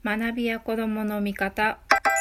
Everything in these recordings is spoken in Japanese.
学びや子どもの見方。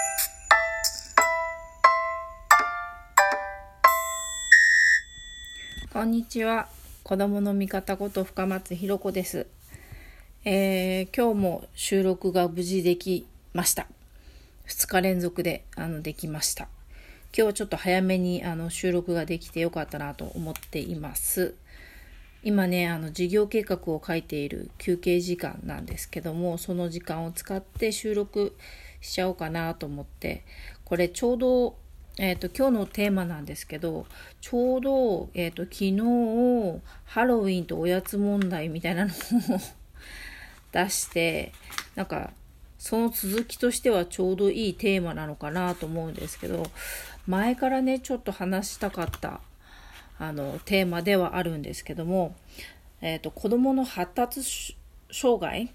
こんにちは。子どもの見方こと深松ひろ子です。今日も収録が無事できました。2日連続でできました。今日はちょっと早めに収録ができてよかったなと思っています。今ね、事業計画を書いている休憩時間なんですけども、その時間を使って収録しちゃおうかなと思って、これちょうど、今日のテーマなんですけど、ちょうど、昨日ハロウィンとおやつ問題みたいなのを出して、なんかその続きとしてはちょうどいいテーマなのかなと思うんですけど、前からねちょっと話したかったテーマではあるんですけども、子どもの発達障害、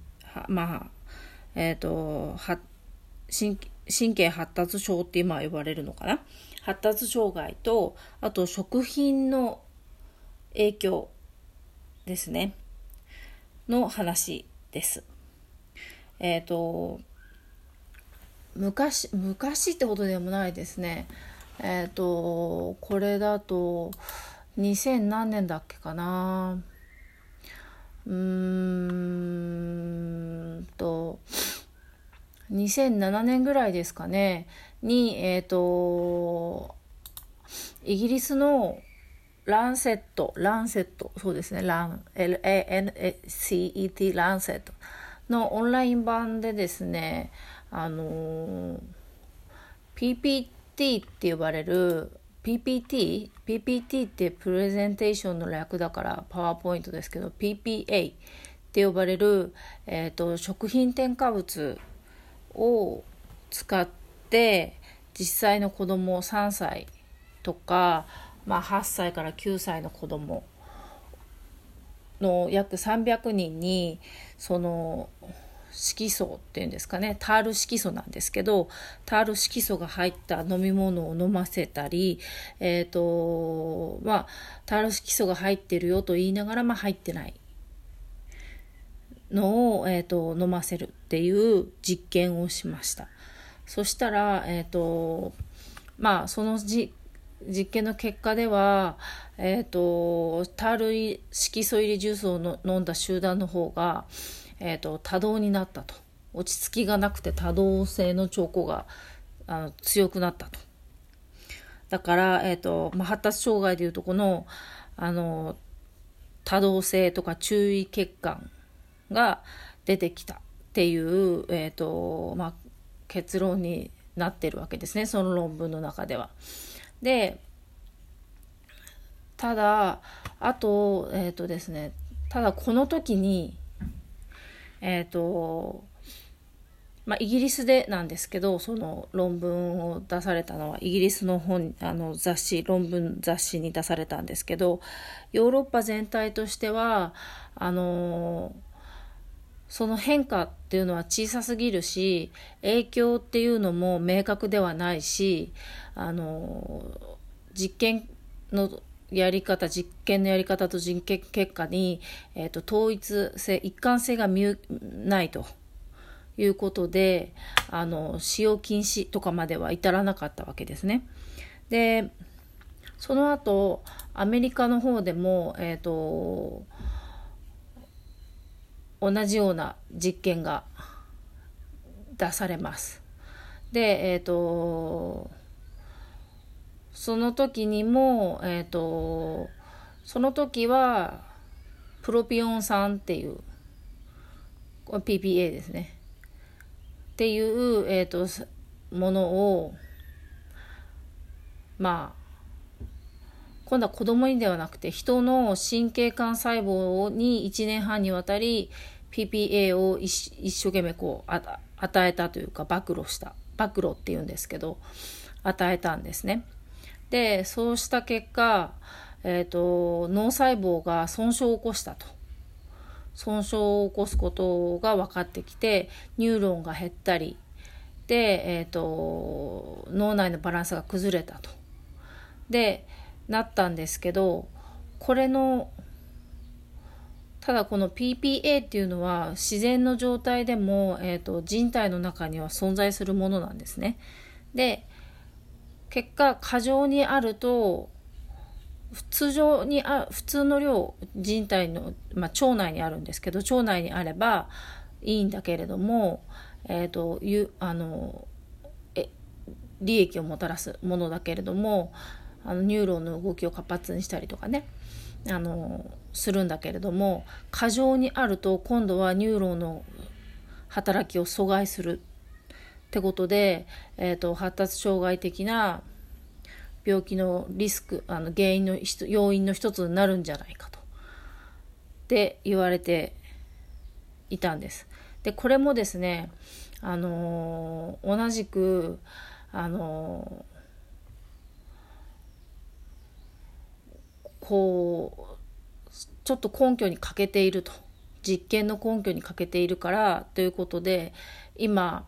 神経発達症って今呼ばれるのかな、発達障害と、あと食品の影響ですねの話です。昔ってことでもないですね。これだと2000何年だっけかな、2007年ぐらいですかねに、イギリスのランセット、そうですね、LANCET ランセットのオンライン版でですね、PPT って呼ばれる PPT ってプレゼンテーションの略だからパワーポイントですけど、 PPA って呼ばれる、食品添加物を使って実際の子供3歳とか、8歳から9歳の子供の約300人にその色素っていうんですかね、タール色素なんですけど、タール色素が入った飲み物を飲ませたり、タール色素が入ってるよと言いながら、入ってないのを、飲ませるっていう実験をしました。そしたら、その実験の結果では、タール色素入りジュースを飲んだ集団の方が多動になったと、落ち着きがなくて多動性の兆候が強くなったと。だから、発達障害でいうとこの多動性とか注意欠陥が出てきたっていう、結論になってるわけですね、その論文の中では。で、ただですね、ただこの時にイギリスでなんですけど、その論文を出されたのはイギリスの論文雑誌に出されたんですけど、ヨーロッパ全体としてはその変化っていうのは小さすぎるし、影響っていうのも明確ではないし、実験のやり方と実験結果に、統一性、一貫性がないということで、使用禁止とかまでは至らなかったわけですね。で、その後アメリカの方でも、同じような実験が出されます。で、その時にも、その時はプロピオン酸っていう、これ PPA ですねっていう、ものを今度は子供にではなくて人の神経幹細胞に1年半にわたり PPA を一生懸命与えたというか、暴露っていうんですけど、与えたんですね。で、そうした結果、脳細胞が損傷を起こしたと。損傷を起こすことが分かってきて、ニューロンが減ったりで、脳内のバランスが崩れたとなったんですけど、これのただこの PPA っていうのは自然の状態でも、人体の中には存在するものなんですね。で、結果過剰にあると普通の量、人体の、腸内にあるんですけど、腸内にあればいいんだけれども、利益をもたらすものだけれども、ニューロンの動きを活発にしたりとかね、するんだけれども、過剰にあると今度はニューロンの働きを阻害するってことで、発達障害的な病気のリスク、要因の一つになるんじゃないかとって言われていたんです。で、これもですね、同じくちょっと根拠に欠けていると、実験の根拠に欠けているからということで、今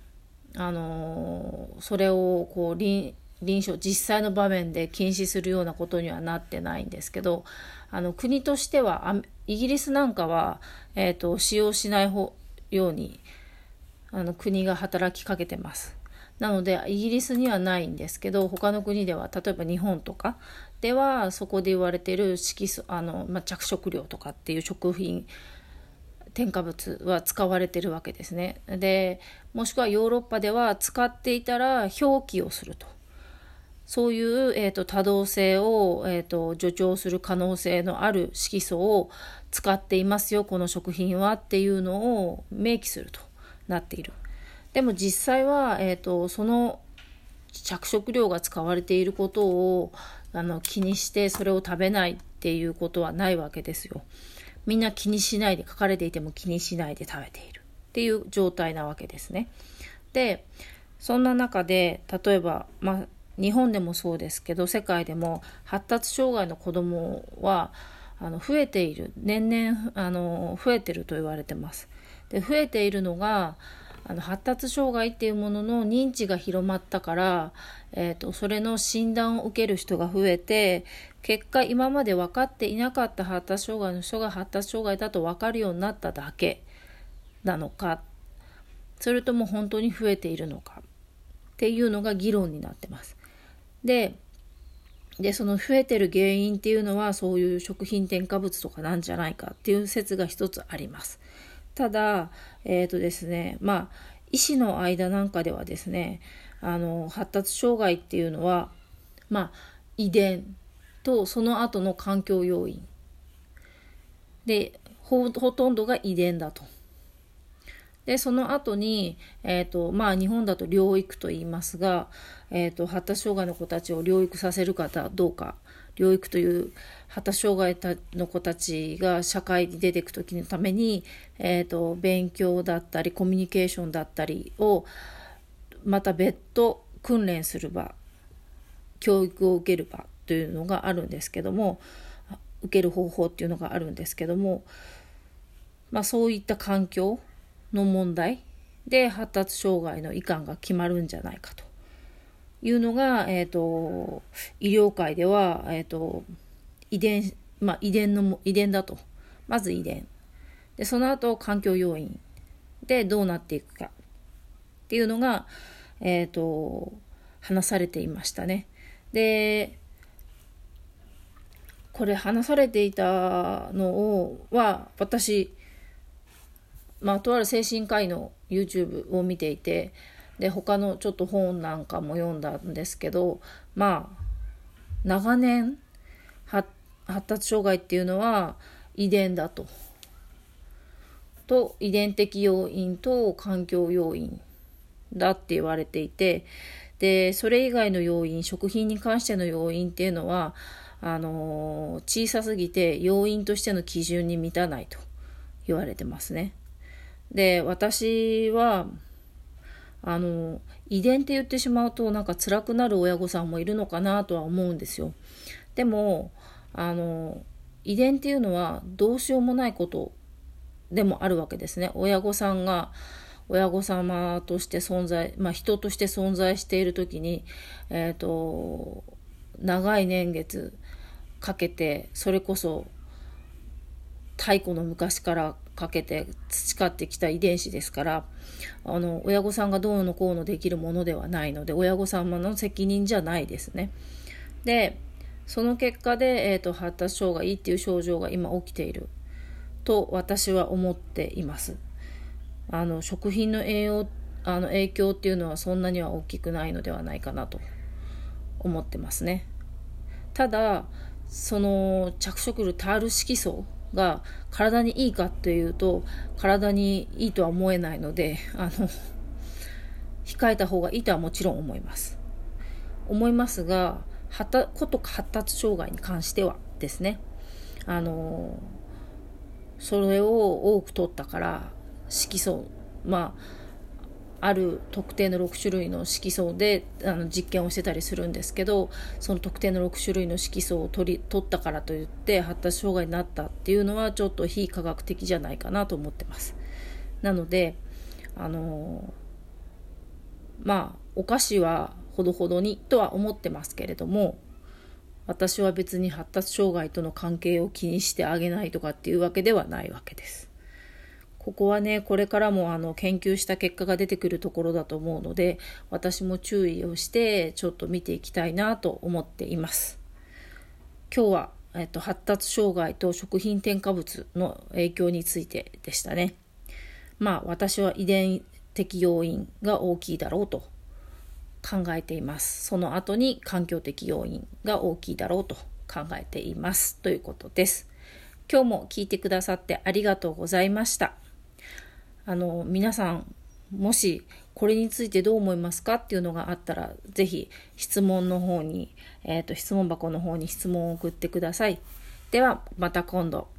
それを臨床実際の場面で禁止するようなことにはなってないんですけど、国としてはイギリスなんかは、使用しないように国が働きかけてます。なのでイギリスにはないんですけど、他の国では、例えば日本とかではそこで言われている着色料とかっていう食品添加物は使われているわけですね。で、もしくはヨーロッパでは使っていたら表記をすると、そういう、多動性を、助長する可能性のある色素を使っていますよ、この食品はっていうのを明記するとなっている。でも実際は、その着色料が使われていることを気にしてそれを食べないっていうことはないわけですよ。みんな気にしないで、書かれていても気にしないで食べているっていう状態なわけですね。で、そんな中で例えば、日本でもそうですけど、世界でも発達障害の子どもは増えている、年々増えていると言われてます。で、増えているのが発達障害っていうものの認知が広まったから、それの診断を受ける人が増えて、結果今まで分かっていなかった発達障害の人が発達障害だと分かるようになっただけなのか、それとも本当に増えているのかっていうのが議論になってます。で、その増えてる原因っていうのはそういう食品添加物とかなんじゃないかっていう説が一つあります。ただ、ですね、医師の間なんかではですね、発達障害っていうのは、遺伝とその後の環境要因で、ほとんどが遺伝だと。で、その後に、日本だと療育と言いますが、発達障害の子たちを療育させるかどうか、療育という発達障害の子たちが社会に出ていくときのために、勉強だったりコミュニケーションだったりをまた別途訓練する場、教育を受ける場というのがあるんですけども、受ける方法っていうのがあるんですけども、そういった環境の問題で発達障害の罹患が決まるんじゃないかというのが、医療界では、遺伝だと。まず遺伝で、その後環境要因でどうなっていくかっていうのが、話されていましたね。で、これ話されていたのは私、とある精神科医の YouTube を見ていて、で他のちょっと本なんかも読んだんですけど、長年発達障害っていうのは遺伝だと遺伝的要因と環境要因だって言われていて、でそれ以外の要因、食品に関しての要因っていうのは小さすぎて要因としての基準に満たないと言われてますね。で、私は遺伝って言ってしまうと辛くなる親御さんもいるのかなとは思うんですよ。でも遺伝っていうのはどうしようもないことでもあるわけですね。親御さんが親御様として存在、人として存在しているときに、長い年月かけて、それこそ太古の昔からかけて培ってきた遺伝子ですから、親御さんがどうのこうのできるものではないので、親御様の責任じゃないですね。で、その結果で、発達障害っていう症状が今起きていると私は思っています。食品の影響っていうのはそんなには大きくないのではないかなと思ってますね。ただその着色料タール色素が体にいいかっていうと体にいいとは思えないので、控えた方がいいとはもちろん思いますが、こと発達障害に関してはですね、それを多く取ったから色素、ある特定の6種類の色素で実験をしてたりするんですけど、その特定の6種類の色素を取ったからといって発達障害になったっていうのはちょっと非科学的じゃないかなと思ってます。なのでお菓子はほどほどにとは思ってますけれども、私は別に発達障害との関係を気にしてあげないとかっていうわけではないわけです。ここはね、これからも研究した結果が出てくるところだと思うので、私も注意をしてちょっと見ていきたいなと思っています。今日は、発達障害と食品添加物の影響についてでしたね。私は遺伝的要因が大きいだろうと考えています。その後に環境的要因が大きいだろうと考えていますということです。今日も聞いてくださってありがとうございました。皆さんもしこれについてどう思いますかっていうのがあったら、ぜひ質問の方に、質問箱の方に質問を送ってください。ではまた今度。